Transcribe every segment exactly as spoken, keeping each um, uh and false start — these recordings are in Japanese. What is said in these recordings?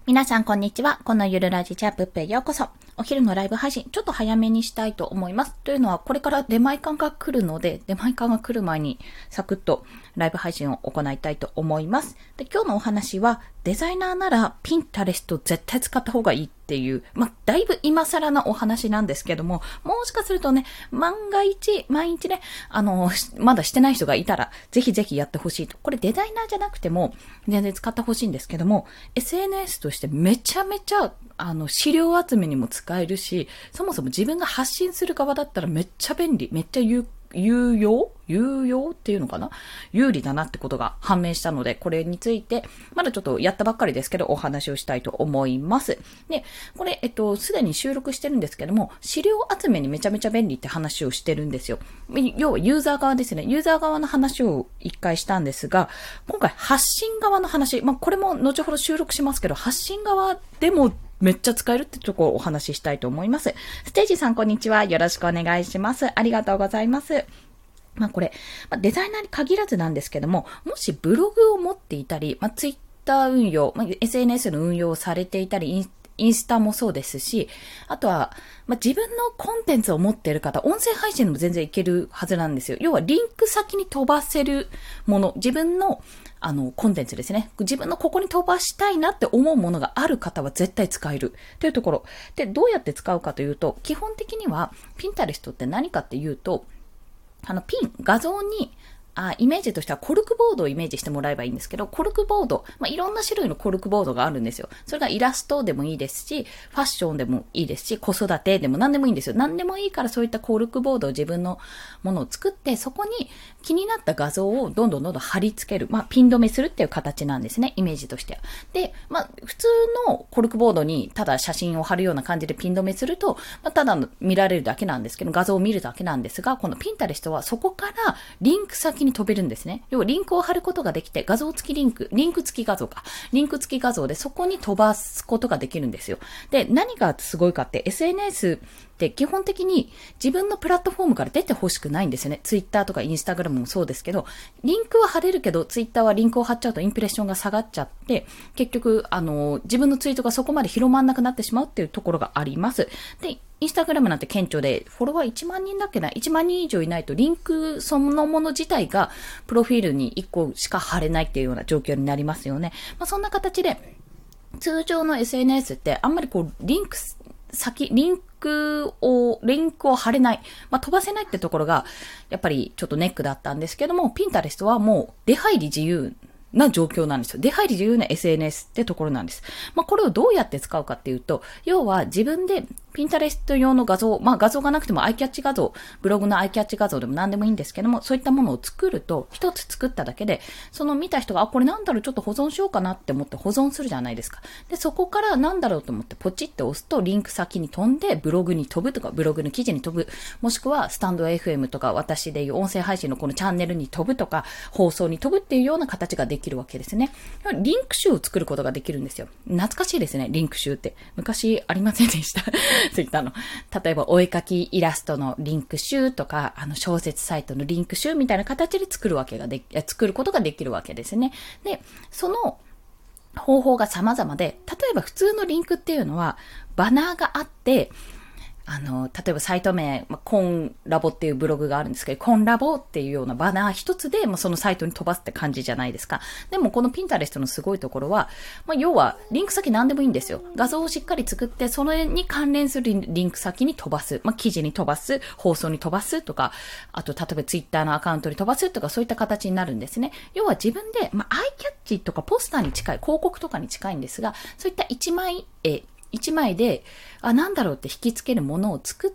皆さんこんにちは。このゆるラジチャップッペへようこそ。お昼のライブ配信、ちょっと早めにしたいと思います。というのは、これから出前館が来るので、出前館が来る前にサクッとライブ配信を行いたいと思います。で、今日のお話は、デザイナーならピンタレスト絶対使った方がいいっていう、まあ、だいぶ今更なお話なんですけども、もしかするとね、万が一、毎日ね、あの、まだしてない人がいたら、ぜひぜひやってほしいと。これデザイナーじゃなくても、全然使ってほしいんですけども、エスエヌエス としてめちゃめちゃ、あの、資料集めにも使えるし、そもそも自分が発信する側だったらめっちゃ便利、めっちゃ有有用有用っていうのかな有利だなってことが判明したので、これについて、まだちょっとやったばっかりですけど、お話をしたいと思います。で、これ、えっと、すでに収録してるんですけども、資料集めにめちゃめちゃ便利って話をしてるんですよ。要はユーザー側ですね。ユーザー側の話を一回したんですが、今回発信側の話、まあ、これも後ほど収録しますけど、発信側でもめっちゃ使えるってところをお話ししたいと思います。ステージさんこんにちは。よろしくお願いします。ありがとうございます。まあこれ、まあ、デザイナーに限らずなんですけども、もしブログを持っていたり、まあ、ツイッター運用、まあ、エスエヌエス の運用をされていたり、インインスタもそうですし、あとは、まあ、自分のコンテンツを持っている方、音声配信でも全然いけるはずなんですよ。要はリンク先に飛ばせるもの、自分のあの、コンテンツですね。自分のここに飛ばしたいなって思うものがある方は絶対使えるというところ。で、どうやって使うかというと、基本的には、ピンタレストって何かっていうと、あの、ピン、画像に、あ、イメージとしてはコルクボードをイメージしてもらえばいいんですけど、コルクボード、まあ、いろんな種類のコルクボードがあるんですよ。それがイラストでもいいですし、ファッションでもいいですし、子育てでも何でもいいんですよ。何でもいいからそういったコルクボードを自分のものを作って、そこに気になった画像をどんどんどんどん貼り付ける。まあ、ピン止めするっていう形なんですね、イメージとしては。で、まあ、普通のコルクボードにただ写真を貼るような感じでピン止めすると、まあ、ただ見られるだけなんですけど、画像を見るだけなんですが、このピンタレストはそこからリンク先に飛べるんですね。要はリンクを貼ることができて、画像付きリンク、リンク付き画像か。リンク付き画像でそこに飛ばすことができるんですよ。で、何がすごいかって エスエヌエス って基本的に自分のプラットフォームから出てほしくないんですよね。ツイッターとかインスタグラムもそうですけど、リンクは貼れるけど、ツイッターはリンクを貼っちゃうとインプレッションが下がっちゃって、結局、あの、自分のツイートがそこまで広まんなくなってしまうっていうところがあります。で、インスタグラムなんて顕著で、フォロワーいちまんにんだっけな ?いちまんにん以上いないと、リンクそのもの自体が、プロフィールにいっこしか貼れないっていうような状況になりますよね。まあ、そんな形で、通常の エスエヌエス ってあんまりこう、リンク先、リンクを、リンクを貼れない。まあ、飛ばせないってところが、やっぱりちょっとネックだったんですけども、ピンタレストはもう出入り自由な状況なんですよ。出入り自由な エスエヌエス ってところなんです。まあ、これをどうやって使うかっていうと、要は自分でピンタレスト用の画像、まあ、画像がなくてもアイキャッチ画像、ブログのアイキャッチ画像でも何でもいいんですけども、そういったものを作ると、一つ作っただけで、その見た人が、あ、これなんだろう、ちょっと保存しようかなって思って保存するじゃないですか。で、そこからなんだろうと思ってポチって押すと、リンク先に飛んで、ブログに飛ぶとか、ブログの記事に飛ぶ、もしくはスタンド エフエム とか、私でいう音声配信のこのチャンネルに飛ぶとか、放送に飛ぶっていうような形ができるわけですね。リンク集を作ることができるんですよ。懐かしいですね、リンク集って。昔ありませんでした。ツイッターの。例えば、お絵描きイラストのリンク集とか、あの、小説サイトのリンク集みたいな形で作るわけがで、作ることができるわけですね。で、その方法が様々で、例えば普通のリンクっていうのは、バナーがあって、あの、例えばサイト名、まあ、コンラボっていうブログがあるんですけど、コンラボっていうようなバナー一つで、まあ、そのサイトに飛ばすって感じじゃないですか。でもこのピンタレストのすごいところは、まあ、要はリンク先何でもいいんですよ。画像をしっかり作って、それに関連するリンク先に飛ばす。まあ、記事に飛ばす、放送に飛ばすとか、あと例えばツイッターのアカウントに飛ばすとか、そういった形になるんですね。要は自分で、まあ、アイキャッチとかポスターに近い、広告とかに近いんですが、そういった一枚絵、一枚で、あ、なんだろうって引きつけるものを作って、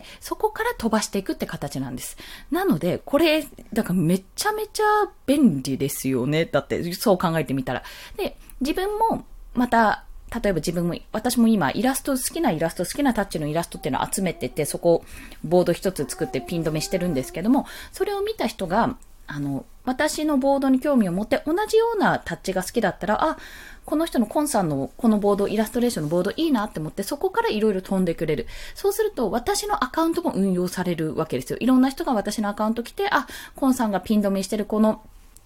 そこから飛ばしていくって形なんです。なので、これ、だからめちゃめちゃ便利ですよね。だって、そう考えてみたら。で、自分も、また、例えば自分も、私も今、イラスト、好きなイラスト、好きなタッチのイラストっていうのを集めてて、そこをボード一つ作ってピン止めしてるんですけども、それを見た人が、あの、私のボードに興味を持って同じようなタッチが好きだったら、あ、この人のコンさんのこのボード、イラストレーションのボードいいなって思って、そこからいろいろ飛んでくれる。そうすると、私のアカウントも運用されるわけですよ。いろんな人が私のアカウント来て、あ、コンさんがピン止めしてるこの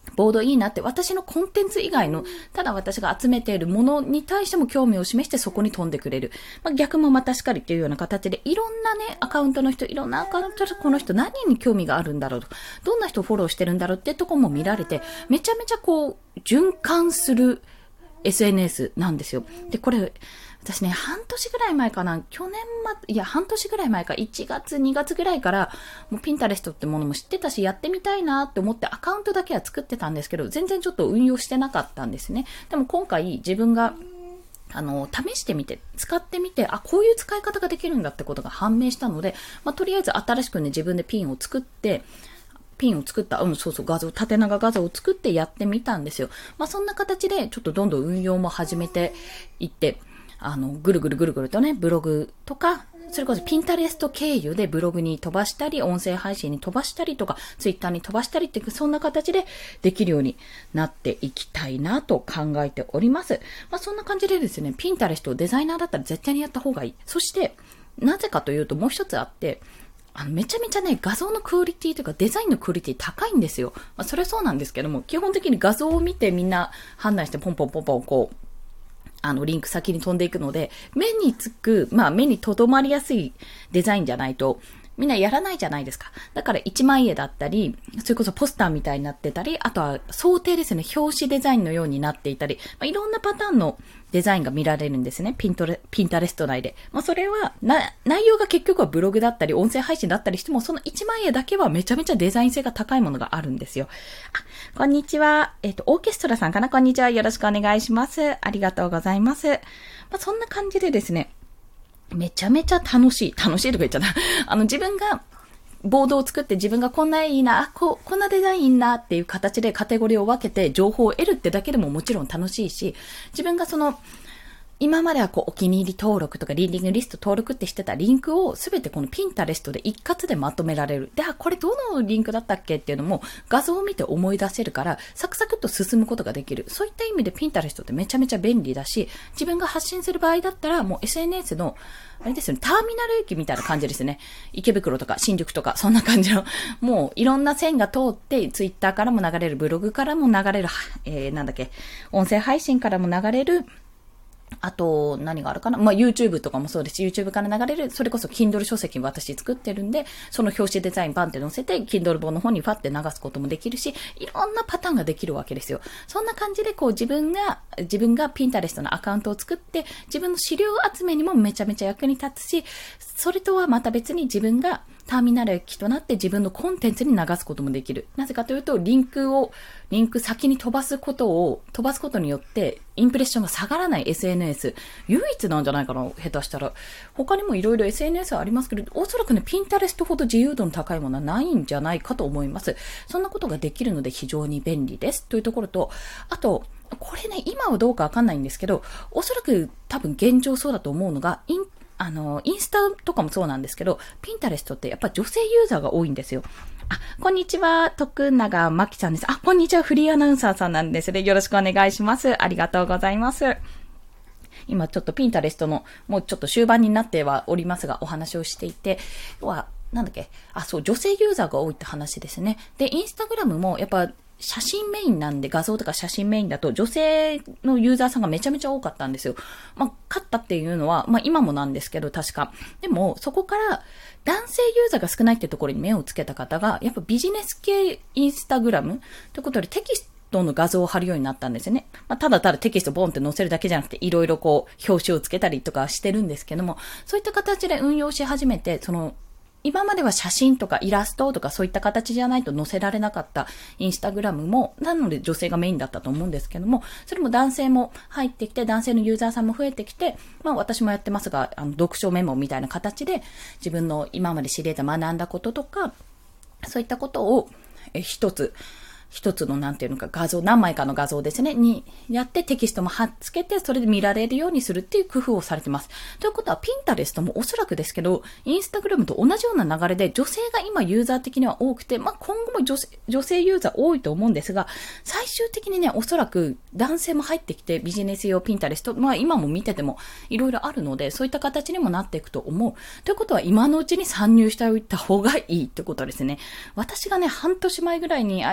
ボードいいなって、私のコンテンツ以外の、ただ私が集めているものに対しても興味を示してそこに飛んでくれる。まあ、逆もまたしかりっていうような形で、いろんなね、アカウントの人、いろんなアカウントでこの人何に興味があるんだろうとか、どんな人をフォローしてるんだろうってとこも見られて、めちゃめちゃこう、循環する エスエヌエス なんですよ。で、これ、私ね、半年ぐらい前かな、去年ま、いや、半年ぐらい前か、いちがつ、にがつぐらいから、もうピンタレストってものも知ってたし、やってみたいなって思ってアカウントだけは作ってたんですけど、全然ちょっと運用してなかったんですね。でも今回自分が、あの、試してみて、使ってみて、あ、こういう使い方ができるんだってことが判明したので、まあ、とりあえず新しくね、自分でピンを作って、ピンを作った、うん、そうそう、画像、縦長画像を作ってやってみたんですよ。まあ、そんな形で、ちょっとどんどん運用も始めていって、あの、ぐるぐるぐるぐるとね、ブログとか、それこそピンタレスト経由でブログに飛ばしたり、音声配信に飛ばしたりとか、ツイッターに飛ばしたりっていう、そんな形でできるようになっていきたいなと考えております。まあ、そんな感じでですね、ピンタレストデザイナーだったら絶対にやった方がいい。そして、なぜかというともう一つあって、あの、めちゃめちゃね、画像のクオリティというかデザインのクオリティ高いんですよ。まあ、それはそうなんですけども、基本的に画像を見てみんな判断してポンポンポンポンこう、あの、リンク先に飛んでいくので、目につく、まあ目に留まりやすいデザインじゃないと、みんなやらないじゃないですか。だから一枚絵だったり、それこそポスターみたいになってたり、あとは想定ですね、表紙デザインのようになっていたり、まあ、いろんなパターンのデザインが見られるんですね。ピントレ、ピンタレスト内で。まあそれは、な、内容が結局はブログだったり、音声配信だったりしても、その一枚絵だけはめちゃめちゃデザイン性が高いものがあるんですよ。あ、こんにちは。えっと、オーケストラさんかな？こんにちは。よろしくお願いします。ありがとうございます。まあそんな感じでですね、めちゃめちゃ楽しい。楽しいとか言っちゃった。あの、自分が、ボードを作って自分がこんないいな、あ、こう、こんなデザインいいなっていう形でカテゴリーを分けて情報を得るってだけでももちろん楽しいし、自分がその、今まではこうお気に入り登録とかリーディングリスト登録ってしてたリンクをすべてこのピンタレストで一括でまとめられる。で、あ、これどのリンクだったっけっていうのも画像を見て思い出せるからサクサクっと進むことができる。そういった意味でピンタレストってめちゃめちゃ便利だし、自分が発信する場合だったらもう エスエヌエス のあれですよね、ターミナル駅みたいな感じですね。池袋とか新宿とかそんな感じの、もういろんな線が通ってツイッターからも流れる、ブログからも流れる、えー、なんだっけ、音声配信からも流れる、あと、何があるかな？まあ、YouTube とかもそうですし、YouTube から流れる、それこそ Kindle 書籍私作ってるんで、その表紙デザインバンって載せて、Kindle 本の方にファって流すこともできるし、いろんなパターンができるわけですよ。そんな感じで、こう自分が、自分が Pinterest のアカウントを作って、自分の資料集めにもめちゃめちゃ役に立つし、それとはまた別に自分がターミナル駅となって自分のコンテンツに流すこともできる。なぜかというと、リンクを、リンク先に飛ばすことを、飛ばすことによって、インプレッションが下がらない エスエヌエス。唯一なんじゃないかな、下手したら。他にもいろいろ エスエヌエス はありますけど、おそらくね、ピンタレストほど自由度の高いものはないんじゃないかと思います。そんなことができるので非常に便利です。というところと、あと、これね、今はどうかわかんないんですけど、おそらく多分現状そうだと思うのが、インあの、インスタとかもそうなんですけど、ピンタレストってやっぱ女性ユーザーが多いんですよ。あ、こんにちは、徳永真希さんです。あ、こんにちは、フリーアナウンサーさんなんですね。よろしくお願いします。ありがとうございます。今ちょっとピンタレストの、もうちょっと終盤になってはおりますが、お話をしていて、要は、なんだっけ、あ、そう、女性ユーザーが多いって話ですね。で、インスタグラムもやっぱ、写真メインなんで、画像とか写真メインだと女性のユーザーさんがめちゃめちゃ多かったんですよ。まあ、勝ったっていうのは、まあ今もなんですけど、確か。でも、そこから男性ユーザーが少ないってところに目をつけた方が、やっぱビジネス系インスタグラムということでテキストの画像を貼るようになったんですよね。まあ、ただただテキストボンって載せるだけじゃなくて、いろいろこう、表紙をつけたりとかしてるんですけども、そういった形で運用し始めて、その、今までは写真とかイラストとかそういった形じゃないと載せられなかったインスタグラムも、なので女性がメインだったと思うんですけども、それも男性も入ってきて、男性のユーザーさんも増えてきて、まあ私もやってますが、あの読書メモみたいな形で自分の今まで知り得た学んだこととか、そういったことをえ一つ、一つのなんていうのか画像、何枚かの画像ですね、にやってテキストも貼っつけて、それで見られるようにするっていう工夫をされてます。ということは、ピンタレストもおそらくですけど、インスタグラムと同じような流れで、女性が今ユーザー的には多くて、まあ、今後も女性、女性ユーザー多いと思うんですが、最終的にね、おそらく男性も入ってきて、ビジネス用ピンタレスト、まあ、今も見ててもいろいろあるので、そういった形にもなっていくと思う。ということは、今のうちに参入しておいた方がいいってことですね。私がね、半年前ぐらいに、あ、やりたい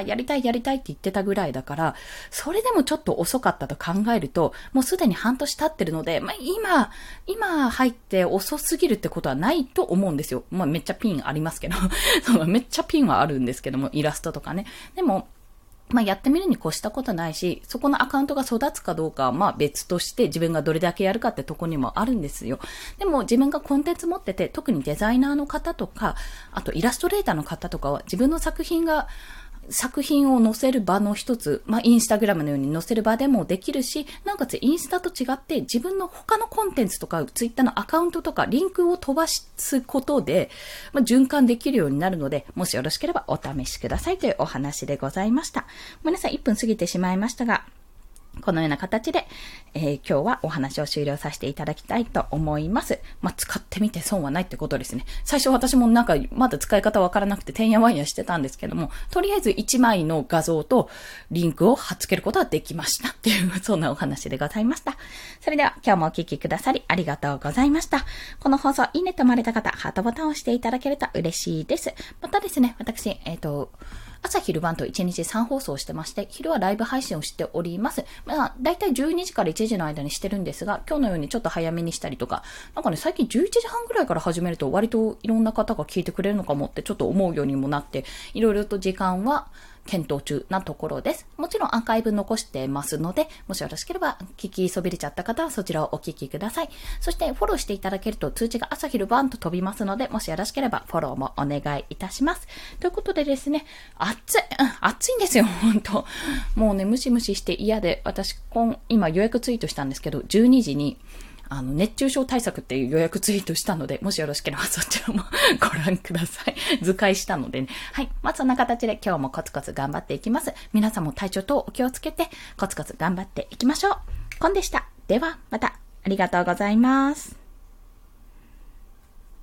やりたいって言ってたぐらいだから、それでもちょっと遅かったと考えると、もうすでに半年経ってるので、まあ今、今入って遅すぎるってことはないと思うんですよ。まあめっちゃピンありますけど、そうめっちゃピンはあるんですけども、イラストとかね。でも、まあやってみるに越したことないし、そこのアカウントが育つかどうかはまあ別として自分がどれだけやるかってとこにもあるんですよ。でも自分がコンテンツ持ってて、特にデザイナーの方とか、あとイラストレーターの方とかは自分の作品が作品を載せる場の一つ、まあ、インスタグラムのように載せる場でもできるし、なおかつインスタと違って自分の他のコンテンツとか、ツイッターのアカウントとか、リンクを飛ばすことで、まあ、循環できるようになるので、もしよろしければお試しくださいというお話でございました。ごめんなさい、いっぷん過ぎてしまいましたが、このような形で、えー、今日はお話を終了させていただきたいと思います。まあ、使ってみて損はないってことですね。最初私もなんかまだ使い方わからなくててんやわんやしてたんですけども、とりあえずいちまいの画像とリンクを貼っ付けることはできましたっていう、そんなお話でございました。それでは今日もお聞きくださりありがとうございました。この放送いいねと思われた方、ハートボタンを押していただけると嬉しいです。またですね、私、えっと、朝昼晩といちにちさん放送してまして、昼はライブ配信をしております。まあ、だいたいじゅうにじからいちじの間にしてるんですが、今日のようにちょっと早めにしたりとか、なんかね、最近じゅういちじはんぐらいから始めると割といろんな方が聞いてくれるのかもってちょっと思うようにもなって、いろいろと時間は検討中なところです。もちろんアーカイブ残してますので、もしよろしければ聞きそびれちゃった方はそちらをお聞きください。そしてフォローしていただけると通知が朝昼晩と飛びますので、もしよろしければフォローもお願いいたします。ということでですね、暑い、うん、暑いんですよ、本当もうね、ムシムシして嫌で、私今、今予約ツイートしたんですけど、じゅうにじにあの、熱中症対策っていう予約ツイートしたので、もしよろしければそちらもご覧ください。図解したのでね。はい。まあ、そんな形で今日もコツコツ頑張っていきます。皆さんも体調等お気をつけて、コツコツ頑張っていきましょう。コンでした。では、また。ありがとうございます。